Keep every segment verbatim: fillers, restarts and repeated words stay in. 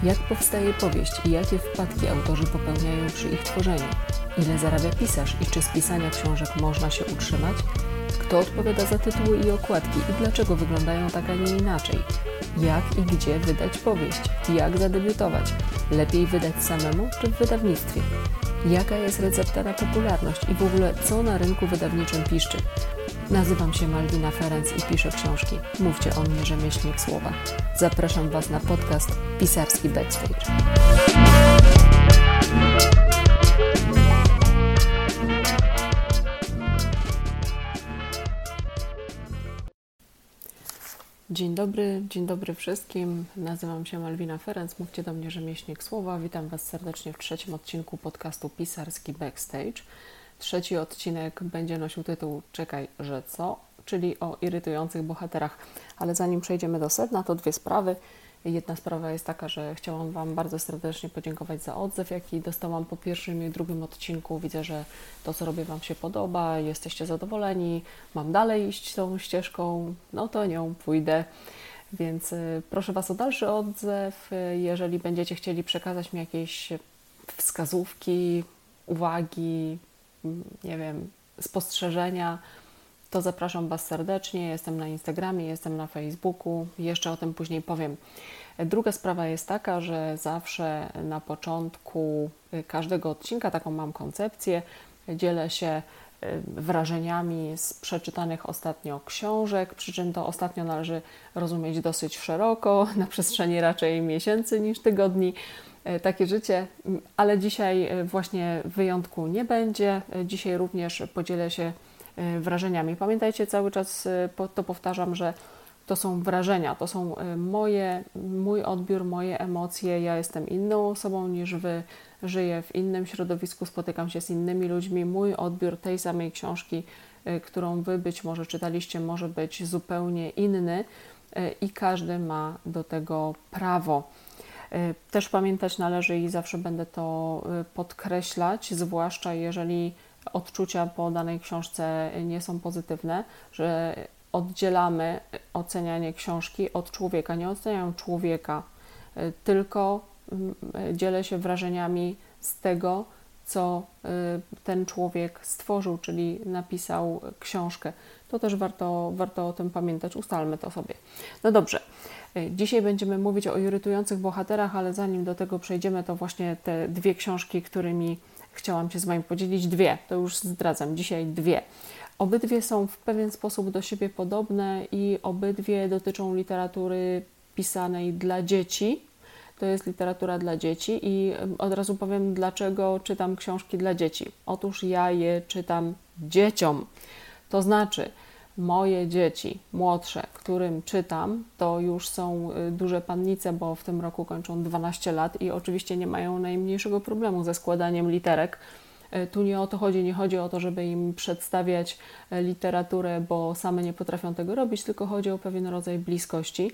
Jak powstaje powieść i jakie wpadki autorzy popełniają przy ich tworzeniu? Ile zarabia pisarz i czy z pisania książek można się utrzymać? Kto odpowiada za tytuły i okładki i dlaczego wyglądają tak, a nie inaczej? Jak i gdzie wydać powieść? Jak zadebiutować? Lepiej wydać samemu czy w wydawnictwie? Jaka jest recepta na popularność i w ogóle co na rynku wydawniczym piszczy? Nazywam się Malwina Ferenc i piszę książki. Mówcie o mnie rzemieślnik słowa. Zapraszam Was na podcast Pisarski Backstage. Dzień dobry, dzień dobry wszystkim. Nazywam się Malwina Ferenc, mówcie do mnie rzemieślnik słowa. Witam Was serdecznie w trzecim odcinku podcastu Pisarski Backstage. Trzeci odcinek będzie nosił tytuł Czekaj, że co? Czyli o irytujących bohaterach. Ale zanim przejdziemy do sedna, to dwie sprawy. Jedna sprawa jest taka, że chciałam Wam bardzo serdecznie podziękować za odzew, jaki dostałam po pierwszym i drugim odcinku. Widzę, że to, co robię, Wam się podoba, jesteście zadowoleni, mam dalej iść tą ścieżką, no to nią pójdę. Więc proszę Was o dalszy odzew. Jeżeli będziecie chcieli przekazać mi jakieś wskazówki, uwagi, nie wiem, spostrzeżenia, to zapraszam Was serdecznie. Jestem na Instagramie, jestem na Facebooku. Jeszcze o tym później powiem. Druga sprawa jest taka, że zawsze na początku każdego odcinka, taką mam koncepcję, dzielę się wrażeniami z przeczytanych ostatnio książek, przy czym to ostatnio należy rozumieć dosyć szeroko, na przestrzeni raczej miesięcy niż tygodni. Takie życie, ale dzisiaj właśnie wyjątku nie będzie. Dzisiaj również podzielę się wrażeniami. Pamiętajcie, cały czas to powtarzam, że to są wrażenia, to są moje, mój odbiór, moje emocje. Ja jestem inną osobą niż Wy, żyję w innym środowisku, spotykam się z innymi ludźmi. Mój odbiór tej samej książki, którą Wy być może czytaliście, może być zupełnie inny i każdy ma do tego prawo. Też pamiętać należy i zawsze będę to podkreślać, zwłaszcza jeżeli odczucia po danej książce nie są pozytywne, że oddzielamy ocenianie książki od człowieka. Nie oceniam człowieka, tylko dzielę się wrażeniami z tego, co ten człowiek stworzył, czyli napisał książkę. To też warto, warto o tym pamiętać. Ustalmy to sobie. No dobrze. Dzisiaj będziemy mówić o irytujących bohaterach, ale zanim do tego przejdziemy, to właśnie te dwie książki, którymi chciałam się z Wami podzielić. Dwie, to już zdradzam, dzisiaj dwie. Obydwie są w pewien sposób do siebie podobne i obydwie dotyczą literatury pisanej dla dzieci. To jest literatura dla dzieci i od razu powiem, dlaczego czytam książki dla dzieci. Otóż ja je czytam dzieciom. To znaczy, moje dzieci młodsze, którym czytam, to już są duże pannice, bo w tym roku kończą dwanaście lat i oczywiście nie mają najmniejszego problemu ze składaniem literek. Tu nie o to chodzi, nie chodzi o to, żeby im przedstawiać literaturę, bo same nie potrafią tego robić, tylko chodzi o pewien rodzaj bliskości.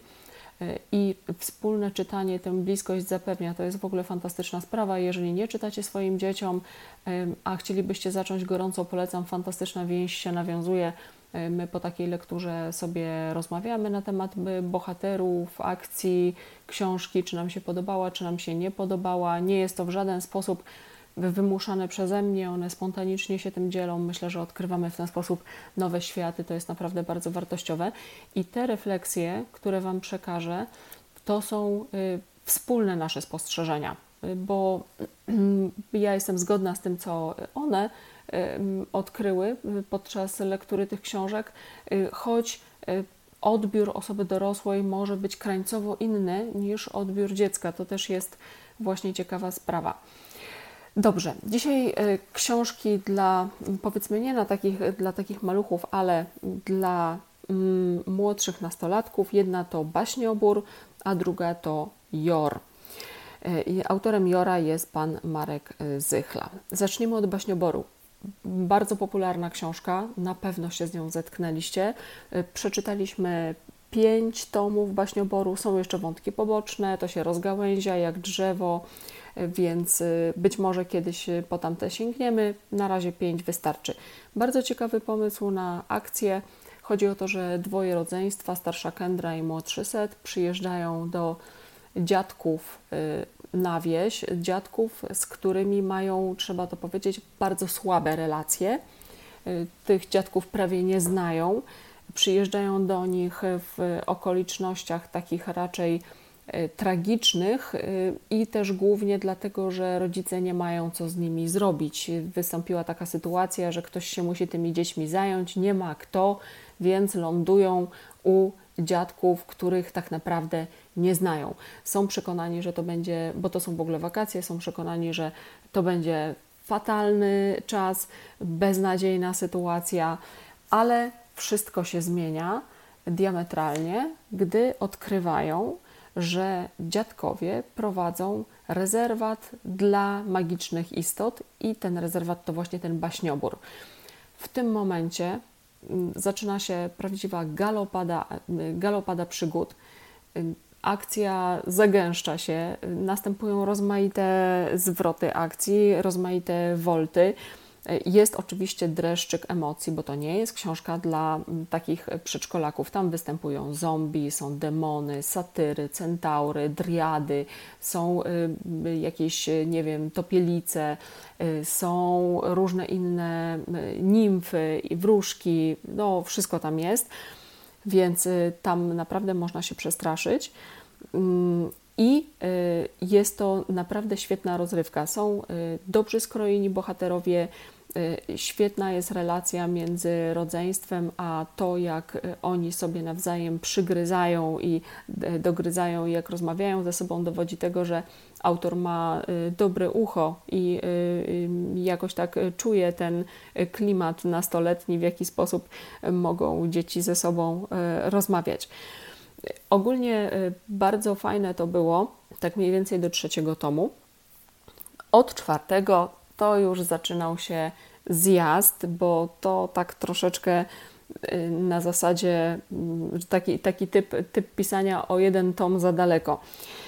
I wspólne czytanie tę bliskość zapewnia. To jest w ogóle fantastyczna sprawa. Jeżeli nie czytacie swoim dzieciom, a chcielibyście zacząć, gorąco polecam, fantastyczna więź się nawiązuje. My po takiej lekturze sobie rozmawiamy na temat bohaterów, akcji, książki, czy nam się podobała, czy nam się nie podobała. Nie jest to w żaden sposób wymuszane przeze mnie, one spontanicznie się tym dzielą. Myślę, że odkrywamy w ten sposób nowe światy, to jest naprawdę bardzo wartościowe. I te refleksje, które Wam przekażę, to są y, wspólne nasze spostrzeżenia, y, bo y, ja jestem zgodna z tym, co one y, odkryły podczas lektury tych książek, y, choć y, odbiór osoby dorosłej może być krańcowo inny niż odbiór dziecka. To też jest właśnie ciekawa sprawa. Dobrze, dzisiaj y, książki dla, powiedzmy nie na takich, dla takich maluchów, ale dla mm, młodszych nastolatków. Jedna to Baśniobór, a druga to Jor. Y, autorem Jora jest pan Marek Zychla. Zaczniemy od Baśnioboru. Bardzo popularna książka, na pewno się z nią zetknęliście. Y, przeczytaliśmy pięć tomów Baśnioboru, są jeszcze wątki poboczne, to się rozgałęzia jak drzewo, więc być może kiedyś po tamte sięgniemy. Na razie pięć wystarczy. Bardzo ciekawy pomysł na akcję. Chodzi o to, że dwoje rodzeństwa, starsza Kendra i młodszy Seth, przyjeżdżają do dziadków na wieś, dziadków, z którymi mają, trzeba to powiedzieć, bardzo słabe relacje. Tych dziadków prawie nie znają. Przyjeżdżają do nich w okolicznościach takich raczej tragicznych i też głównie dlatego, że rodzice nie mają co z nimi zrobić. Wystąpiła taka sytuacja, że ktoś się musi tymi dziećmi zająć, nie ma kto, więc lądują u dziadków, których tak naprawdę nie znają. Są przekonani, że to będzie, bo to są w ogóle wakacje, są przekonani, że to będzie fatalny czas, beznadziejna sytuacja, ale wszystko się zmienia diametralnie, gdy odkrywają, że dziadkowie prowadzą rezerwat dla magicznych istot i ten rezerwat to właśnie ten baśniobór. W tym momencie zaczyna się prawdziwa galopada, galopada przygód. Akcja zagęszcza się, następują rozmaite zwroty akcji, rozmaite wolty. Jest oczywiście dreszczyk emocji, bo to nie jest książka dla takich przedszkolaków. Tam występują zombie, są demony, satyry, centaury, driady, są jakieś, nie wiem, topielice, są różne inne nimfy i wróżki, no wszystko tam jest, więc tam naprawdę można się przestraszyć. I jest to naprawdę świetna rozrywka. Są dobrze skrojeni bohaterowie, świetna jest relacja między rodzeństwem, a to, jak oni sobie nawzajem przygryzają i dogryzają i jak rozmawiają ze sobą, dowodzi tego, że autor ma dobre ucho i jakoś tak czuje ten klimat nastoletni, w jaki sposób mogą dzieci ze sobą rozmawiać. Ogólnie bardzo fajne to było, tak mniej więcej do trzeciego tomu. Od czwartego to już zaczynał się zjazd, bo to tak troszeczkę na zasadzie taki, taki typ, typ pisania o jeden tom za daleko.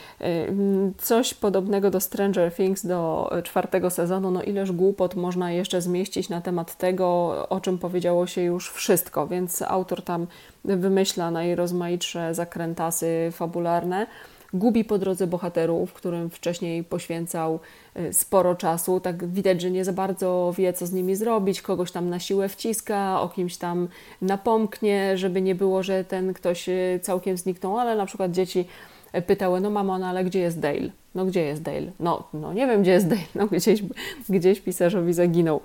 Coś podobnego do Stranger Things, do czwartego sezonu. No ileż głupot można jeszcze zmieścić na temat tego, o czym powiedziało się już wszystko, więc autor tam wymyśla najrozmaitsze zakrętasy fabularne. Gubi po drodze bohaterów, którym wcześniej poświęcał sporo czasu. Tak widać, że nie za bardzo wie, co z nimi zrobić. Kogoś tam na siłę wciska, o kimś tam napomknie, żeby nie było, że ten ktoś całkiem zniknął, ale na przykład dzieci pytały, no mamo, no ale gdzie jest Dale? No gdzie jest Dale? No, no nie wiem, gdzie jest Dale. No gdzieś, gdzieś pisarzowi zaginął.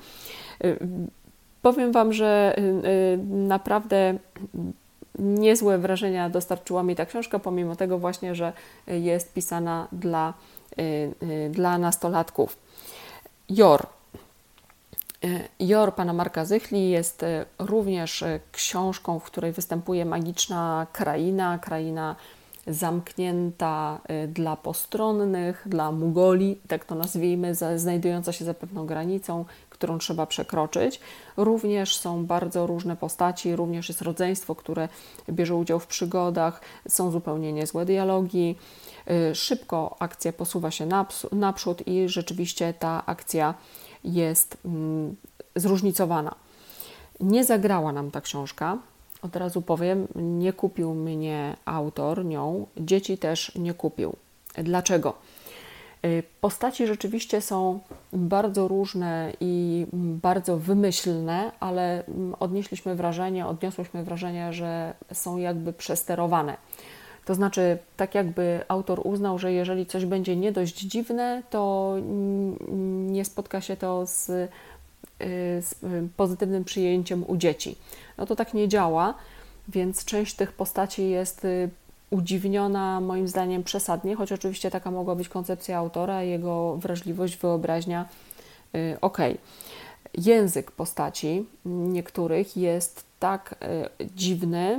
Powiem Wam, że naprawdę niezłe wrażenia dostarczyła mi ta książka, pomimo tego właśnie, że jest pisana dla, dla nastolatków. Jor. Jor pana Marka Zychli jest również książką, w której występuje magiczna kraina, kraina zamknięta dla postronnych, dla Mugoli, tak to nazwijmy, znajdująca się za pewną granicą, którą trzeba przekroczyć. Również są bardzo różne postaci, również jest rodzeństwo, które bierze udział w przygodach, są zupełnie niezłe dialogi. Szybko akcja posuwa się naprzód i rzeczywiście ta akcja jest mm, zróżnicowana. Nie zagrała nam ta książka. Od razu powiem, nie kupił mnie autor nią, dzieci też nie kupił. Dlaczego? Postaci rzeczywiście są bardzo różne i bardzo wymyślne, ale odnieśliśmy wrażenie, odniosłyśmy wrażenie, że są jakby przesterowane. To znaczy, tak jakby autor uznał, że jeżeli coś będzie nie dość dziwne, to nie spotka się to z, z pozytywnym przyjęciem u dzieci. No to tak nie działa, więc część tych postaci jest udziwniona moim zdaniem przesadnie, choć oczywiście taka mogła być koncepcja autora, jego wrażliwość, wyobraźnia, ok. Język postaci niektórych jest tak dziwny,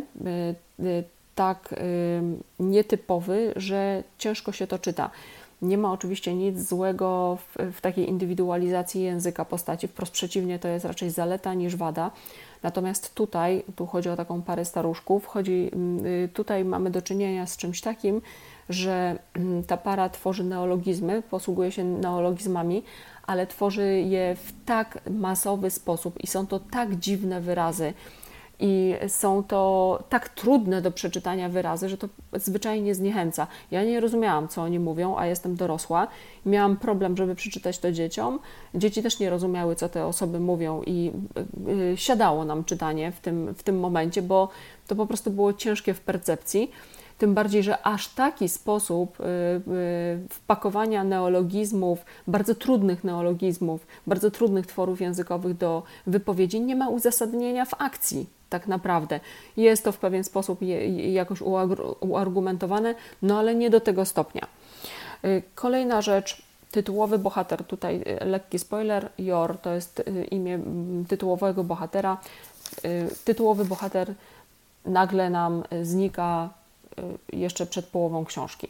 tak nietypowy, że ciężko się to czyta. Nie ma oczywiście nic złego w, w takiej indywidualizacji języka postaci, wprost przeciwnie, to jest raczej zaleta niż wada. Natomiast tutaj, tu chodzi o taką parę staruszków, chodzi, tutaj mamy do czynienia z czymś takim, że ta para tworzy neologizmy, posługuje się neologizmami, ale tworzy je w tak masowy sposób i są to tak dziwne wyrazy I są to tak trudne do przeczytania wyrazy, że to zwyczajnie zniechęca. Ja nie rozumiałam, co oni mówią, a jestem dorosła. Miałam problem, żeby przeczytać to dzieciom. Dzieci też nie rozumiały, co te osoby mówią i yy, siadało nam czytanie w tym, w tym momencie, bo to po prostu było ciężkie w percepcji. Tym bardziej, że aż taki sposób yy, yy, wpakowania neologizmów, bardzo trudnych neologizmów, bardzo trudnych tworów językowych do wypowiedzi nie ma uzasadnienia w akcji tak naprawdę. Jest to w pewien sposób je, jakoś uargumentowane, no ale nie do tego stopnia. Yy, kolejna rzecz, tytułowy bohater, tutaj yy, lekki spoiler, Jor to jest yy, imię yy, tytułowego bohatera. Yy, tytułowy bohater nagle nam znika jeszcze przed połową książki.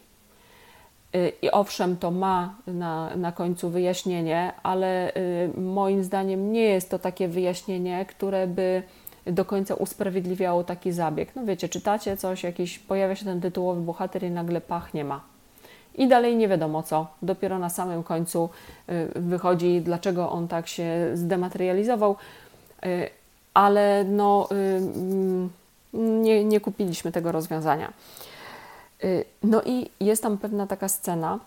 I owszem, to ma na, na końcu wyjaśnienie, ale moim zdaniem nie jest to takie wyjaśnienie, które by do końca usprawiedliwiało taki zabieg. No wiecie, czytacie coś, jakiś, pojawia się ten tytułowy bohater i nagle pach, nie ma. I dalej nie wiadomo co. Dopiero na samym końcu wychodzi, dlaczego on tak się zdematerializował, ale no... Nie, nie kupiliśmy tego rozwiązania. No i jest tam pewna taka scena,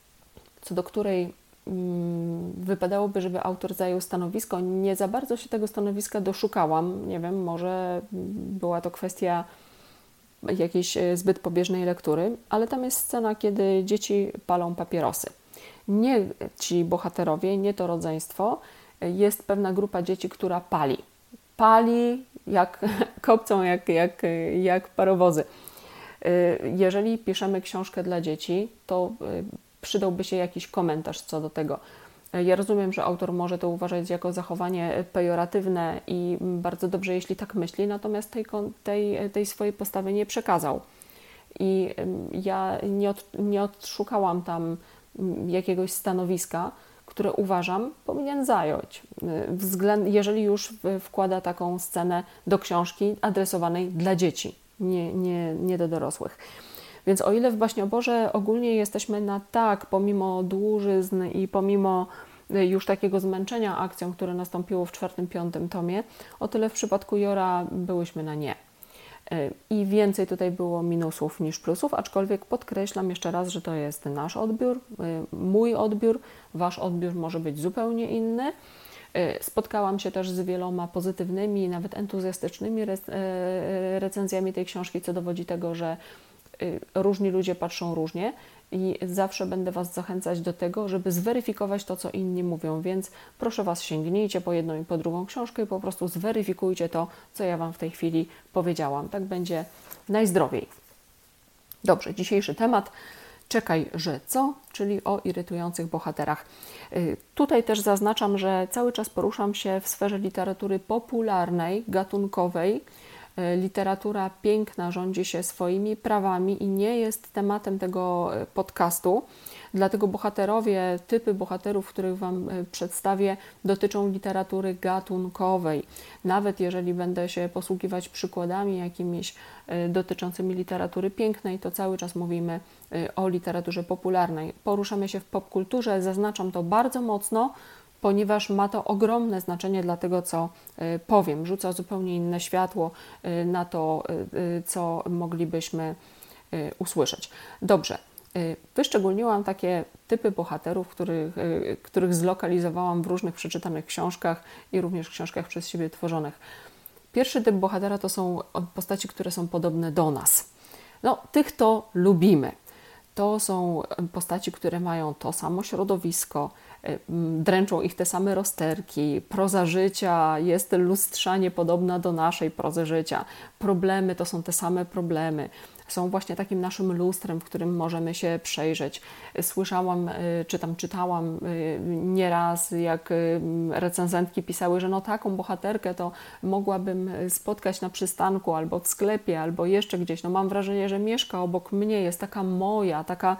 co do której wypadałoby, żeby autor zajął stanowisko. Nie za bardzo się tego stanowiska doszukałam. Nie wiem, może była to kwestia jakiejś zbyt pobieżnej lektury, ale tam jest scena, kiedy dzieci palą papierosy. Nie ci bohaterowie, nie to rodzeństwo. Jest pewna grupa dzieci, która pali. Pali jak kopcą, jak, jak, jak parowozy. Jeżeli piszemy książkę dla dzieci, to przydałby się jakiś komentarz co do tego. Ja rozumiem, że autor może to uważać jako zachowanie pejoratywne i bardzo dobrze, jeśli tak myśli, natomiast tej, tej, tej swojej postawy nie przekazał. I ja nie, od, nie odszukałam tam jakiegoś stanowiska, które uważam powinien zająć, względ, jeżeli już wkłada taką scenę do książki adresowanej dla dzieci, nie, nie, nie do dorosłych. Więc o ile w Baśnioborze ogólnie jesteśmy na tak, pomimo dłużyzn i pomimo już takiego zmęczenia akcją, które nastąpiło w czwartym, piątym tomie, o tyle w przypadku Jora byłyśmy na nie. I więcej tutaj było minusów niż plusów, aczkolwiek podkreślam jeszcze raz, że to jest nasz odbiór, mój odbiór, wasz odbiór może być zupełnie inny. Spotkałam się też z wieloma pozytywnymi, nawet entuzjastycznymi recenzjami tej książki, co dowodzi tego, że różni ludzie patrzą różnie i zawsze będę Was zachęcać do tego, żeby zweryfikować to, co inni mówią, więc proszę Was, sięgnijcie po jedną i po drugą książkę i po prostu zweryfikujcie to, co ja Wam w tej chwili powiedziałam. Tak będzie najzdrowiej. Dobrze, dzisiejszy temat. Czekaj, że co? Czyli o irytujących bohaterach. Tutaj też zaznaczam, że cały czas poruszam się w sferze literatury popularnej, gatunkowej. Literatura piękna rządzi się swoimi prawami i nie jest tematem tego podcastu. Dlatego bohaterowie, typy bohaterów, których Wam przedstawię, dotyczą literatury gatunkowej. Nawet jeżeli będę się posługiwać przykładami jakimiś dotyczącymi literatury pięknej, to cały czas mówimy o literaturze popularnej. Poruszamy się w popkulturze, zaznaczam to bardzo mocno, ponieważ ma to ogromne znaczenie dla tego, co powiem. Rzuca zupełnie inne światło na to, co moglibyśmy usłyszeć. Dobrze, wyszczególniłam takie typy bohaterów, których, których zlokalizowałam w różnych przeczytanych książkach i również książkach przez siebie tworzonych. Pierwszy typ bohatera to są postaci, które są podobne do nas. No, tych to lubimy. To są postaci, które mają to samo środowisko, dręczą ich te same rozterki, proza życia jest lustrzanie podobna do naszej prozy życia. Problemy to są te same problemy. Są właśnie takim naszym lustrem, w którym możemy się przejrzeć. Słyszałam, czy tam czytałam nieraz, jak recenzentki pisały, że no taką bohaterkę to mogłabym spotkać na przystanku, albo w sklepie, albo jeszcze gdzieś. No mam wrażenie, że mieszka obok mnie, jest taka moja, taka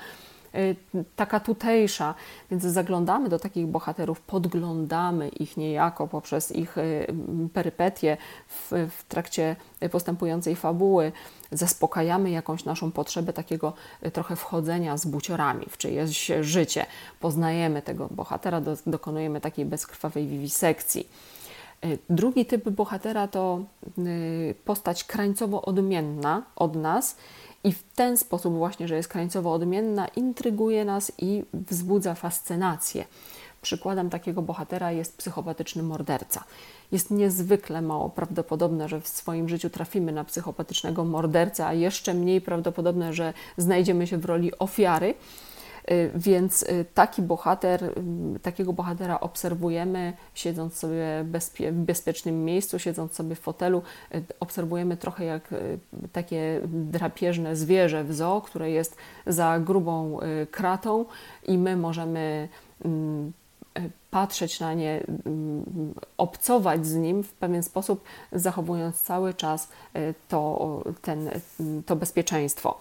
taka tutejsza, więc zaglądamy do takich bohaterów, podglądamy ich niejako poprzez ich perypetie w, w trakcie postępującej fabuły, zaspokajamy jakąś naszą potrzebę takiego trochę wchodzenia z buciorami w czyjeś życie, poznajemy tego bohatera, do, dokonujemy takiej bezkrwawej wiwisekcji. Drugi typ bohatera to postać krańcowo odmienna od nas i w ten sposób właśnie, że jest krańcowo odmienna, intryguje nas i wzbudza fascynację. Przykładem takiego bohatera jest psychopatyczny morderca. Jest niezwykle mało prawdopodobne, że w swoim życiu trafimy na psychopatycznego mordercę, a jeszcze mniej prawdopodobne, że znajdziemy się w roli ofiary. Więc taki bohater, takiego bohatera obserwujemy, siedząc sobie bezpie, w bezpiecznym miejscu, siedząc sobie w fotelu, obserwujemy trochę jak takie drapieżne zwierzę w zoo, które jest za grubą kratą i my możemy patrzeć na nie, obcować z nim w pewien sposób, zachowując cały czas to, ten, to bezpieczeństwo.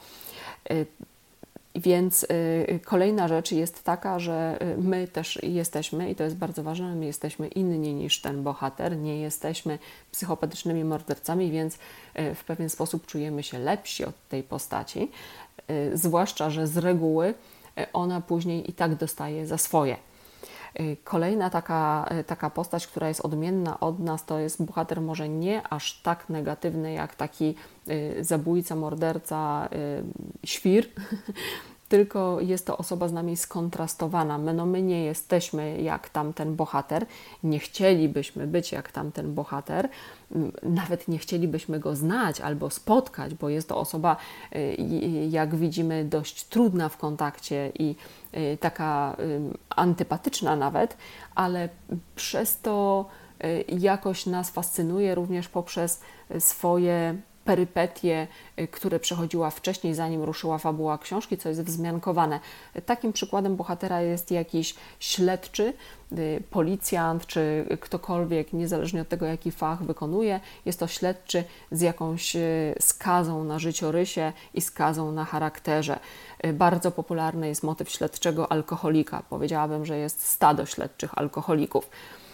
Więc y, kolejna rzecz jest taka, że my też jesteśmy, i to jest bardzo ważne, my jesteśmy inni niż ten bohater, nie jesteśmy psychopatycznymi mordercami, więc y, w pewien sposób czujemy się lepsi od tej postaci, y, zwłaszcza, że z reguły ona później i tak dostaje za swoje. Kolejna taka, taka postać, która jest odmienna od nas, to jest bohater może nie aż tak negatywny jak taki zabójca, morderca, świr, tylko jest to osoba z nami skontrastowana. My, no my nie jesteśmy jak tamten bohater, nie chcielibyśmy być jak tamten bohater, nawet nie chcielibyśmy go znać albo spotkać, bo jest to osoba, jak widzimy, dość trudna w kontakcie i taka antypatyczna nawet, ale przez to jakoś nas fascynuje również poprzez swoje perypetie, które przechodziła wcześniej, zanim ruszyła fabuła książki, co jest wzmiankowane. Takim przykładem bohatera jest jakiś śledczy, policjant czy ktokolwiek, niezależnie od tego, jaki fach wykonuje. Jest to śledczy z jakąś skazą na życiorysie i skazą na charakterze. Bardzo popularny jest motyw śledczego alkoholika. Powiedziałabym, że jest stado śledczych alkoholików.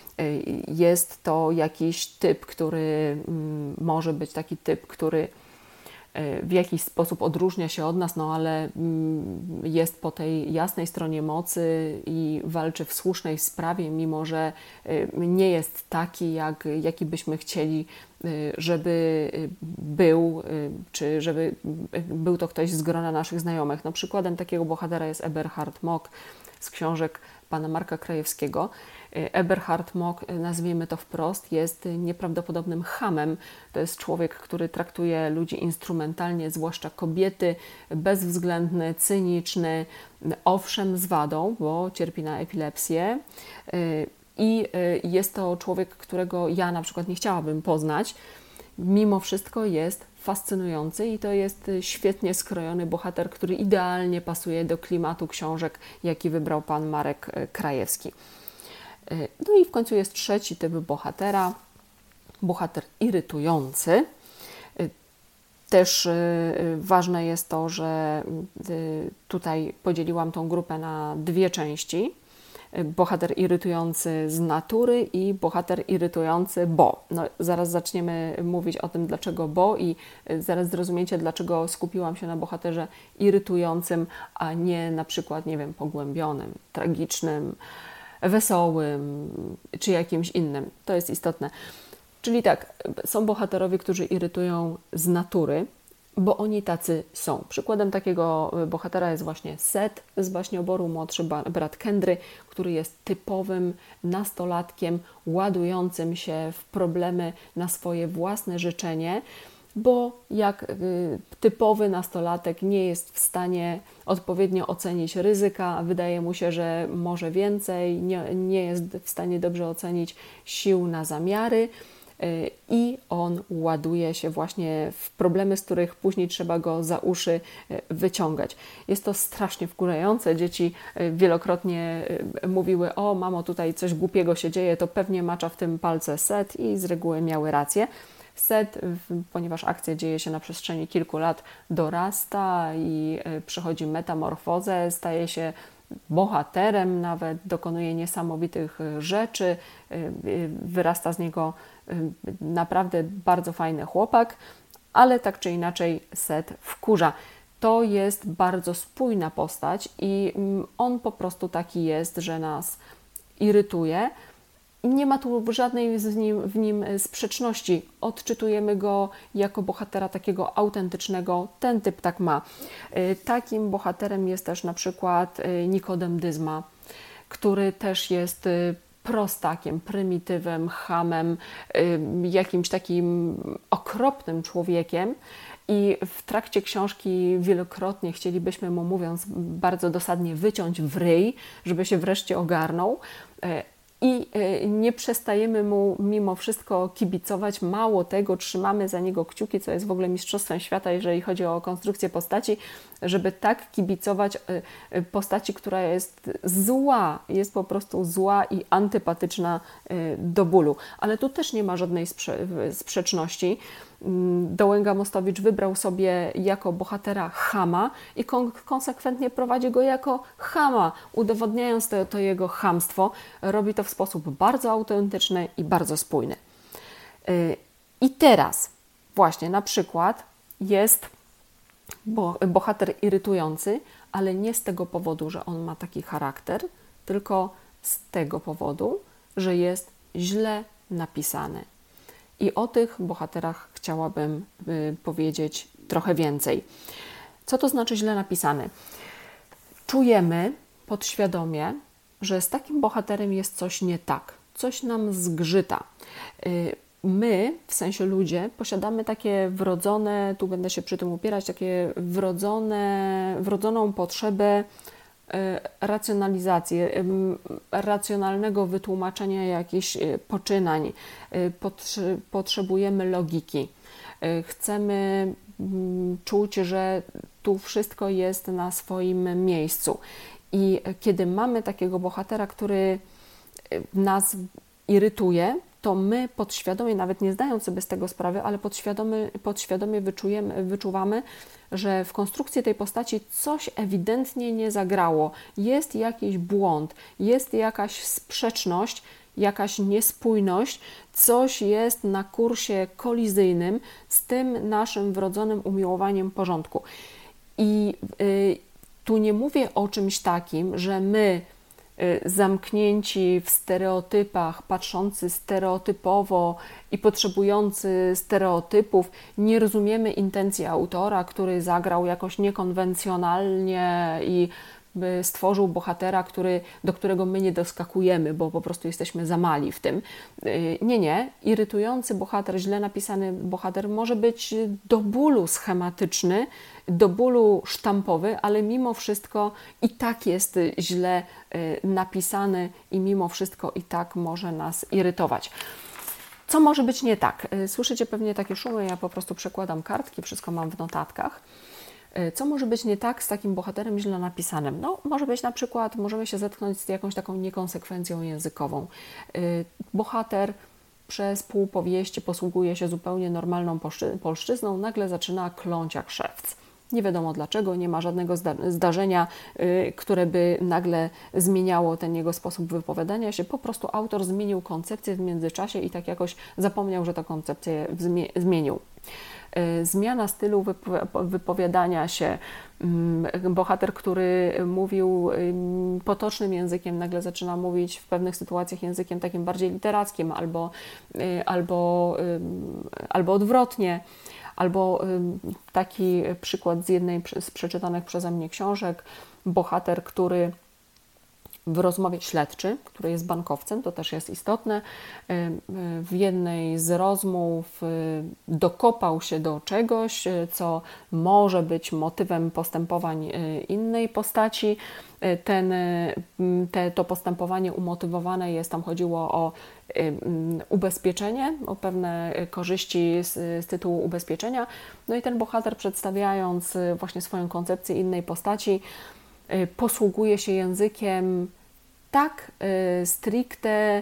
Jest to jakiś typ, który może być taki typ, który w jakiś sposób odróżnia się od nas, no ale jest po tej jasnej stronie mocy i walczy w słusznej sprawie, mimo że nie jest taki, jak, jaki byśmy chcieli, żeby był, czy żeby był to ktoś z grona naszych znajomych. No, przykładem takiego bohatera jest Eberhard Mock z książek pana Marka Krajewskiego. Eberhard Mock, nazwijmy to wprost, jest nieprawdopodobnym chamem. To jest człowiek, który traktuje ludzi instrumentalnie, zwłaszcza kobiety, bezwzględny, cyniczny, owszem z wadą, bo cierpi na epilepsję. I jest to człowiek, którego ja na przykład nie chciałabym poznać. Mimo wszystko jest fascynujący i to jest świetnie skrojony bohater, który idealnie pasuje do klimatu książek, jaki wybrał pan Marek Krajewski. No i w końcu jest trzeci typ bohatera, bohater irytujący. Też ważne jest to, że tutaj podzieliłam tą grupę na dwie części. Bohater irytujący z natury i bohater irytujący bo. No, zaraz zaczniemy mówić o tym, dlaczego bo i zaraz zrozumiecie, dlaczego skupiłam się na bohaterze irytującym, a nie na przykład, nie wiem, pogłębionym, tragicznym, wesołym czy jakimś innym. To jest istotne. Czyli tak, są bohaterowie, którzy irytują z natury, bo oni tacy są. Przykładem takiego bohatera jest właśnie Seth z baśnioboru, młodszy brat Kendry, który jest typowym nastolatkiem ładującym się w problemy na swoje własne życzenie, bo jak typowy nastolatek nie jest w stanie odpowiednio ocenić ryzyka, wydaje mu się, że może więcej, nie, nie jest w stanie dobrze ocenić sił na zamiary, i on ładuje się właśnie w problemy, z których później trzeba go za uszy wyciągać. Jest to strasznie wkurzające. Dzieci wielokrotnie mówiły: o mamo, tutaj coś głupiego się dzieje, to pewnie macza w tym palce Seth, i z reguły miały rację. Seth, ponieważ akcja dzieje się na przestrzeni kilku lat, dorasta i przechodzi metamorfozę, staje się bohaterem, nawet dokonuje niesamowitych rzeczy, wyrasta z niego naprawdę bardzo fajny chłopak, ale tak czy inaczej Seth wkurza. To jest bardzo spójna postać i on po prostu taki jest, że nas irytuje, nie ma tu żadnej z nim, w nim sprzeczności. Odczytujemy go jako bohatera takiego autentycznego. Ten typ tak ma. Takim bohaterem jest też na przykład Nikodem Dyzma, który też jest prostakiem, prymitywem, chamem, jakimś takim okropnym człowiekiem. I w trakcie książki wielokrotnie chcielibyśmy mu, mówiąc bardzo dosadnie, wyciąć w ryj, żeby się wreszcie ogarnął. I nie przestajemy mu mimo wszystko kibicować. Mało tego, trzymamy za niego kciuki, co jest w ogóle mistrzostwem świata, jeżeli chodzi o konstrukcję postaci, żeby tak kibicować postaci, która jest zła, jest po prostu zła i antypatyczna do bólu. Ale tu też nie ma żadnej sprze sprzeczności. Dołęga-Mostowicz wybrał sobie jako bohatera chama i kon konsekwentnie prowadzi go jako chama, udowodniając to, to jego chamstwo. Robi to w sposób bardzo autentyczny i bardzo spójny. Yy, I teraz właśnie na przykład jest bo bohater irytujący, ale nie z tego powodu, że on ma taki charakter, tylko z tego powodu, że jest źle napisany. I o tych bohaterach chciałabym y, powiedzieć trochę więcej. Co to znaczy źle napisany? Czujemy podświadomie, że z takim bohaterem jest coś nie tak, coś nam zgrzyta. Y, my, w sensie ludzie, posiadamy takie wrodzone, tu będę się przy tym upierać, takie wrodzone, wrodzoną potrzebę racjonalizacji, racjonalnego wytłumaczenia jakichś poczynań. Potrzebujemy logiki. Chcemy czuć, że tu wszystko jest na swoim miejscu. I kiedy mamy takiego bohatera, który nas irytuje, to my podświadomie, nawet nie zdając sobie z tego sprawy, ale podświadomie, podświadomie wyczujemy, wyczuwamy, że w konstrukcji tej postaci coś ewidentnie nie zagrało. Jest jakiś błąd, jest jakaś sprzeczność, jakaś niespójność, coś jest na kursie kolizyjnym z tym naszym wrodzonym umiłowaniem porządku. I y, tu nie mówię o czymś takim, że my zamknięci w stereotypach, patrzący stereotypowo i potrzebujący stereotypów, nie rozumiemy intencji autora, który zagrał jakoś niekonwencjonalnie i stworzył bohatera, który, do którego my nie doskakujemy, bo po prostu jesteśmy za mali w tym. Nie, nie. Irytujący bohater, źle napisany bohater może być do bólu schematyczny, do bólu sztampowy, ale mimo wszystko i tak jest źle napisany i mimo wszystko i tak może nas irytować. Co może być nie tak? Słyszycie pewnie takie szumy, ja po prostu przekładam kartki, wszystko mam w notatkach. Co może być nie tak z takim bohaterem źle napisanym? No, może być na przykład, możemy się zetknąć z jakąś taką niekonsekwencją językową. Bohater przez pół powieści posługuje się zupełnie normalną polszczyzną, nagle zaczyna kląć jak szewc. Nie wiadomo dlaczego, nie ma żadnego zdarzenia, które by nagle zmieniało ten jego sposób wypowiadania się. Po prostu autor zmienił koncepcję w międzyczasie i tak jakoś zapomniał, że tę koncepcję zmienił. Zmiana stylu wypowiadania się. Bohater, który mówił potocznym językiem, nagle zaczyna mówić w pewnych sytuacjach językiem takim bardziej literackim albo, albo, albo odwrotnie. Albo taki przykład z jednej z przeczytanych przeze mnie książek. Bohater, który w rozmowie śledczy, który jest bankowcem, to też jest istotne, w jednej z rozmów dokopał się do czegoś, co może być motywem postępowań innej postaci. Ten, te, to postępowanie umotywowane jest, tam chodziło o ubezpieczenie, o pewne korzyści z, z tytułu ubezpieczenia. No i ten bohater, przedstawiając właśnie swoją koncepcję innej postaci, posługuje się językiem tak stricte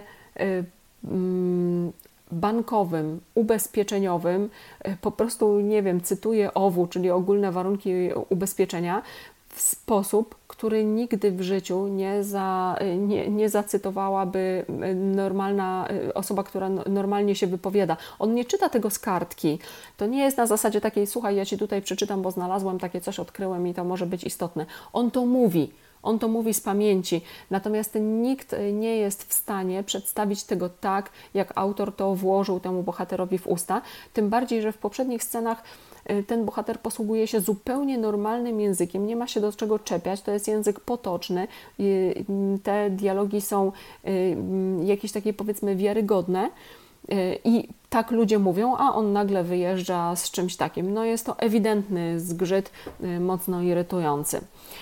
bankowym, ubezpieczeniowym, po prostu, nie wiem, cytuję O W U, czyli ogólne warunki ubezpieczenia, w sposób, który nigdy w życiu nie, za, nie, nie zacytowałaby normalna osoba, która normalnie się wypowiada. On nie czyta tego z kartki. To nie jest na zasadzie takiej, słuchaj, ja Ci tutaj przeczytam, bo znalazłem takie coś, odkryłem i to może być istotne. On to mówi. On to mówi z pamięci, natomiast nikt nie jest w stanie przedstawić tego tak, jak autor to włożył temu bohaterowi w usta, tym bardziej, że w poprzednich scenach ten bohater posługuje się zupełnie normalnym językiem, nie ma się do czego czepiać, to jest język potoczny, te dialogi są jakieś takie, powiedzmy, wiarygodne i tak ludzie mówią, a on nagle wyjeżdża z czymś takim. No jest to ewidentny zgrzyt, mocno irytujący.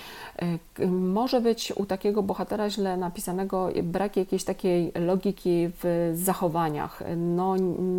Może być u takiego bohatera źle napisanego brak jakiejś takiej logiki w zachowaniach, no,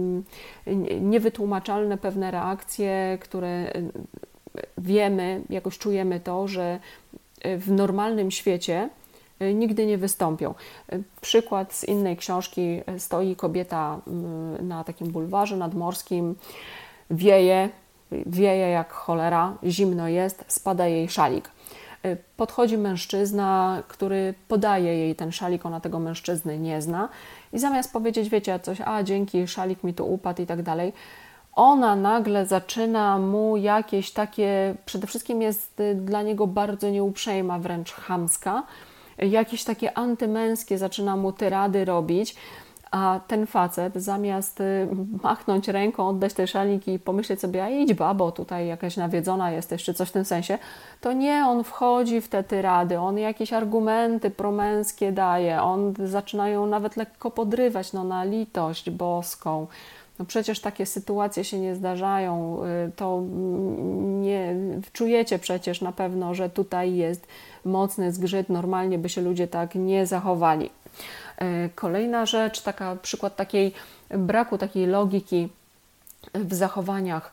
niewytłumaczalne pewne reakcje, które wiemy, jakoś czujemy to, że w normalnym świecie nigdy nie wystąpią. Przykład z innej książki: stoi kobieta na takim bulwarze nadmorskim, wieje, wieje jak cholera, zimno jest, spada jej szalik. Podchodzi mężczyzna, który podaje jej ten szalik, ona tego mężczyzny nie zna i zamiast powiedzieć, wiecie, coś, a dzięki, szalik mi tu upadł i tak dalej, ona nagle zaczyna mu jakieś takie, przede wszystkim jest dla niego bardzo nieuprzejma, wręcz chamska, jakieś takie antymęskie zaczyna mu tyrady robić, a ten facet zamiast machnąć ręką, oddać te szaliki i pomyśleć sobie, a idź babo, tutaj jakaś nawiedzona jesteś, czy coś w tym sensie, to nie, on wchodzi w te tyrady, on jakieś argumenty promęskie daje, on zaczyna ją nawet lekko podrywać, no na litość boską. No przecież takie sytuacje się nie zdarzają, to nie, czujecie przecież na pewno, że tutaj jest mocny zgrzyt, normalnie by się ludzie tak nie zachowali. Kolejna rzecz, taka przykład takiej braku takiej logiki w zachowaniach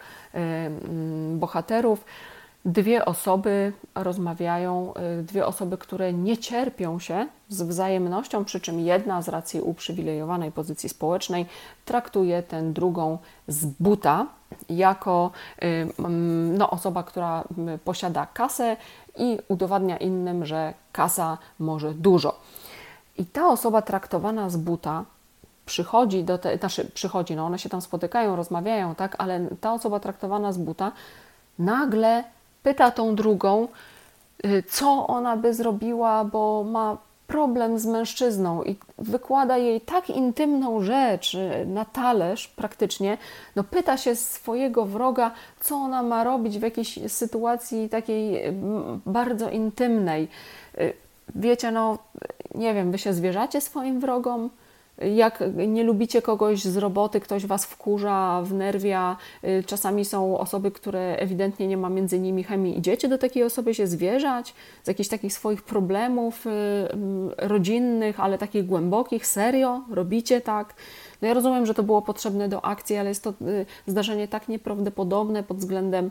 bohaterów. Dwie osoby rozmawiają, dwie osoby, które nie cierpią się z wzajemnością, przy czym jedna z racji uprzywilejowanej pozycji społecznej traktuje tę drugą z buta jako no, osoba, która posiada kasę i udowadnia innym, że kasa może dużo. I ta osoba traktowana z buta przychodzi do tej, znaczy przychodzi, no one się tam spotykają, rozmawiają, tak, ale ta osoba traktowana z buta nagle pyta tą drugą, co ona by zrobiła, bo ma problem z mężczyzną i wykłada jej tak intymną rzecz na talerz praktycznie, no pyta się swojego wroga, co ona ma robić w jakiejś sytuacji takiej bardzo intymnej. Wiecie, no nie wiem, wy się zwierzacie swoim wrogom? Jak nie lubicie kogoś z roboty, ktoś was wkurza, wnerwia, czasami są osoby, które ewidentnie nie ma między nimi chemii. Idziecie do takiej osoby się zwierzać z jakichś takich swoich problemów rodzinnych, ale takich głębokich, serio? Robicie tak? No ja rozumiem, że to było potrzebne do akcji, ale jest to zdarzenie tak nieprawdopodobne pod względem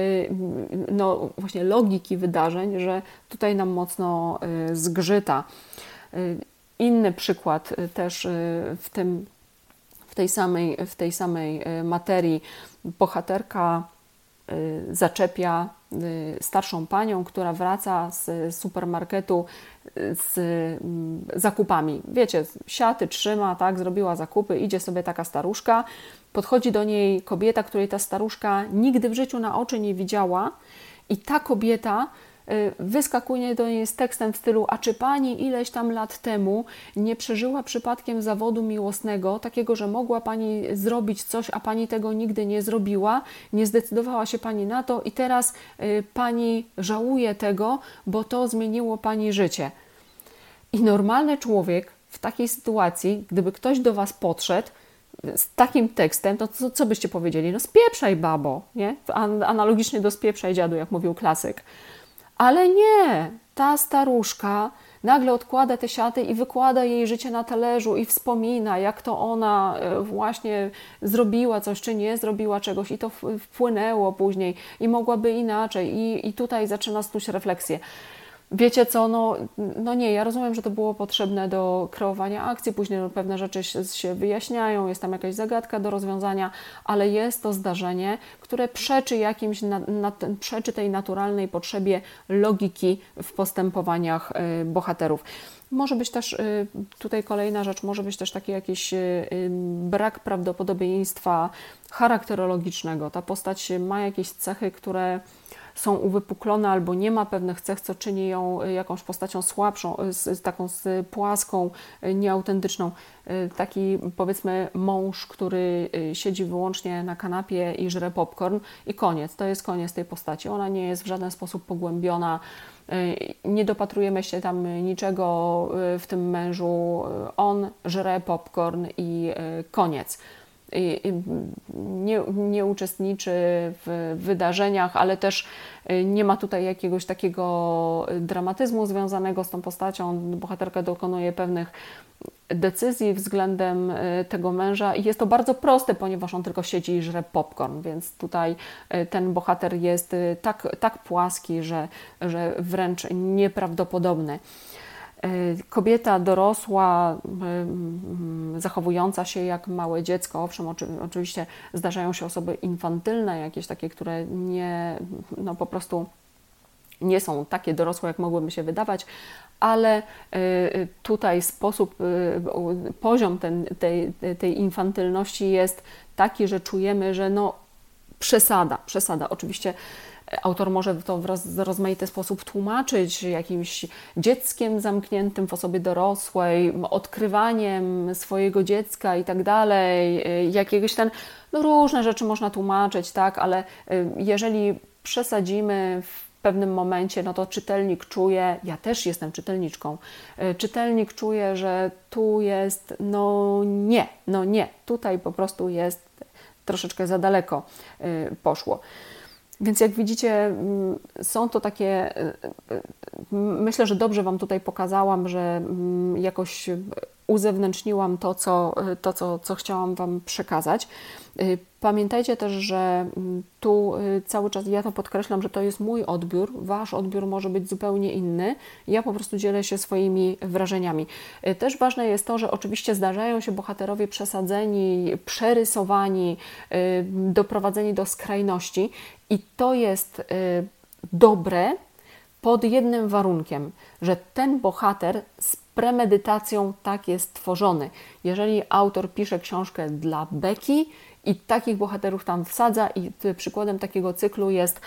no właśnie logiki wydarzeń, że tutaj nam mocno zgrzyta. Inny przykład też w, tym, w, tej samej, w tej samej materii. Bohaterka zaczepia starszą panią, która wraca z supermarketu z zakupami. Wiecie, siaty trzyma, tak, zrobiła zakupy, idzie sobie taka staruszka, podchodzi do niej kobieta, której ta staruszka nigdy w życiu na oczy nie widziała i ta kobieta wyskakuje do niej z tekstem w stylu: a czy pani ileś tam lat temu nie przeżyła przypadkiem zawodu miłosnego, takiego, że mogła pani zrobić coś, a pani tego nigdy nie zrobiła, nie zdecydowała się pani na to i teraz y, pani żałuje tego, bo to zmieniło pani życie. I normalny człowiek w takiej sytuacji, gdyby ktoś do was podszedł z takim tekstem, to co, co byście powiedzieli? No spieprzaj babo, nie? Analogicznie do spieprzaj dziadu, jak mówił klasyk. Ale nie, ta staruszka nagle odkłada te siaty i wykłada jej życie na talerzu i wspomina, jak to ona właśnie zrobiła coś, czy nie zrobiła czegoś i to wpłynęło później i mogłaby inaczej i, i tutaj zaczyna snuć refleksję. Wiecie co, no, no nie, ja rozumiem, że to było potrzebne do kreowania akcji, później pewne rzeczy się, się wyjaśniają, jest tam jakaś zagadka do rozwiązania, ale jest to zdarzenie, które przeczy jakimś, na, na, przeczy tej naturalnej potrzebie logiki w postępowaniach y, bohaterów. Może być też, y, tutaj kolejna rzecz, może być też taki jakiś y, brak prawdopodobieństwa charakterologicznego. Ta postać ma jakieś cechy, które są uwypuklone albo nie ma pewnych cech, co czyni ją jakąś postacią słabszą, z, taką z płaską, nieautentyczną. Taki, powiedzmy, mąż, który siedzi wyłącznie na kanapie i żre popcorn i koniec. To jest koniec tej postaci. Ona nie jest w żaden sposób pogłębiona. Nie dopatrujemy się tam niczego w tym mężu. On żre popcorn i koniec. Nie, nie uczestniczy w wydarzeniach, ale też nie ma tutaj jakiegoś takiego dramatyzmu związanego z tą postacią. Bohaterka dokonuje pewnych decyzji względem tego męża i jest to bardzo proste, ponieważ on tylko siedzi i żre popcorn, więc tutaj ten bohater jest tak, tak płaski, że, że wręcz nieprawdopodobny. Kobieta dorosła, zachowująca się jak małe dziecko, owszem, oczywiście zdarzają się osoby infantylne, jakieś takie, które nie, no po prostu nie są takie dorosłe, jak mogłyby się wydawać, ale tutaj sposób, poziom ten, tej, tej infantylności jest taki, że czujemy, że no przesada, przesada. Oczywiście autor może to w rozmaity sposób tłumaczyć jakimś dzieckiem zamkniętym w osobie dorosłej, odkrywaniem swojego dziecka i tak dalej, jakiegoś ten, no różne rzeczy można tłumaczyć, tak, ale jeżeli przesadzimy w pewnym momencie, no to czytelnik czuje, ja też jestem czytelniczką, czytelnik czuje, że tu jest, no nie, no nie, tutaj po prostu jest troszeczkę za daleko poszło. Więc jak widzicie, są to takie, myślę, że dobrze Wam tutaj pokazałam, że jakoś uzewnętrzniłam to, co, to co, co chciałam Wam przekazać. Pamiętajcie też, że tu cały czas, ja to podkreślam, że to jest mój odbiór, Wasz odbiór może być zupełnie inny. Ja po prostu dzielę się swoimi wrażeniami. Też ważne jest to, że oczywiście zdarzają się bohaterowie przesadzeni, przerysowani, doprowadzeni do skrajności i to jest dobre pod jednym warunkiem, że ten bohater z premedytacją tak jest tworzony. Jeżeli autor pisze książkę dla beki i takich bohaterów tam wsadza i przykładem takiego cyklu jest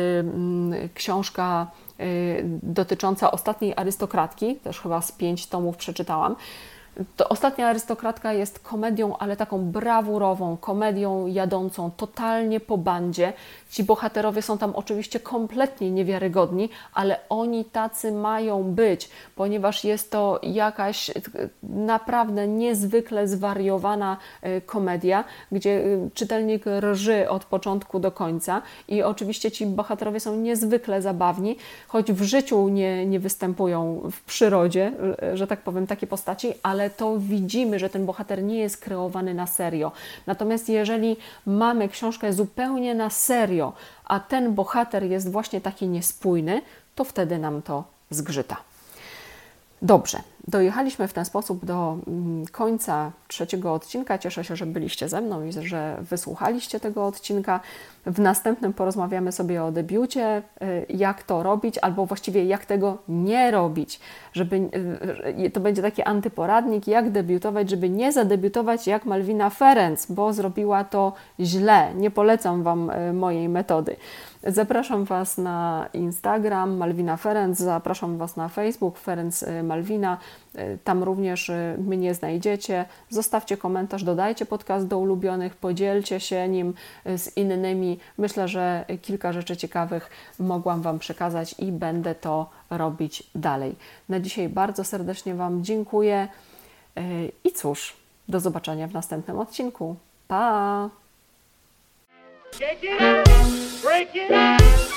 y, książka y, dotycząca Ostatniej arystokratki, też chyba z pięć tomów przeczytałam. To Ostatnia arystokratka jest komedią, ale taką brawurową, komedią jadącą totalnie po bandzie. Ci bohaterowie są tam oczywiście kompletnie niewiarygodni, ale oni tacy mają być, ponieważ jest to jakaś naprawdę niezwykle zwariowana komedia, gdzie czytelnik rży od początku do końca i oczywiście ci bohaterowie są niezwykle zabawni, choć w życiu nie, nie występują w przyrodzie, że tak powiem, takie postaci, ale to widzimy, że ten bohater nie jest kreowany na serio. Natomiast jeżeli mamy książkę zupełnie na serio, a ten bohater jest właśnie taki niespójny, to wtedy nam to zgrzyta. Dobrze, dojechaliśmy w ten sposób do końca trzeciego odcinka. Cieszę się, że byliście ze mną i że wysłuchaliście tego odcinka. W następnym porozmawiamy sobie o debiucie, jak to robić, albo właściwie jak tego nie robić, żeby to będzie taki antyporadnik, jak debiutować, żeby nie zadebiutować jak Malvina Ferenc, bo zrobiła to źle. Nie polecam Wam mojej metody. Zapraszam Was na Instagram Malvina Ferenc, zapraszam Was na Facebook Ferenc Malvina. Tam również mnie znajdziecie. Zostawcie komentarz, dodajcie podcast do ulubionych, podzielcie się nim z innymi. Myślę, że kilka rzeczy ciekawych mogłam Wam przekazać i będę to robić dalej. Na dzisiaj bardzo serdecznie Wam dziękuję i cóż, do zobaczenia w następnym odcinku. Pa! Shake it up, break it up.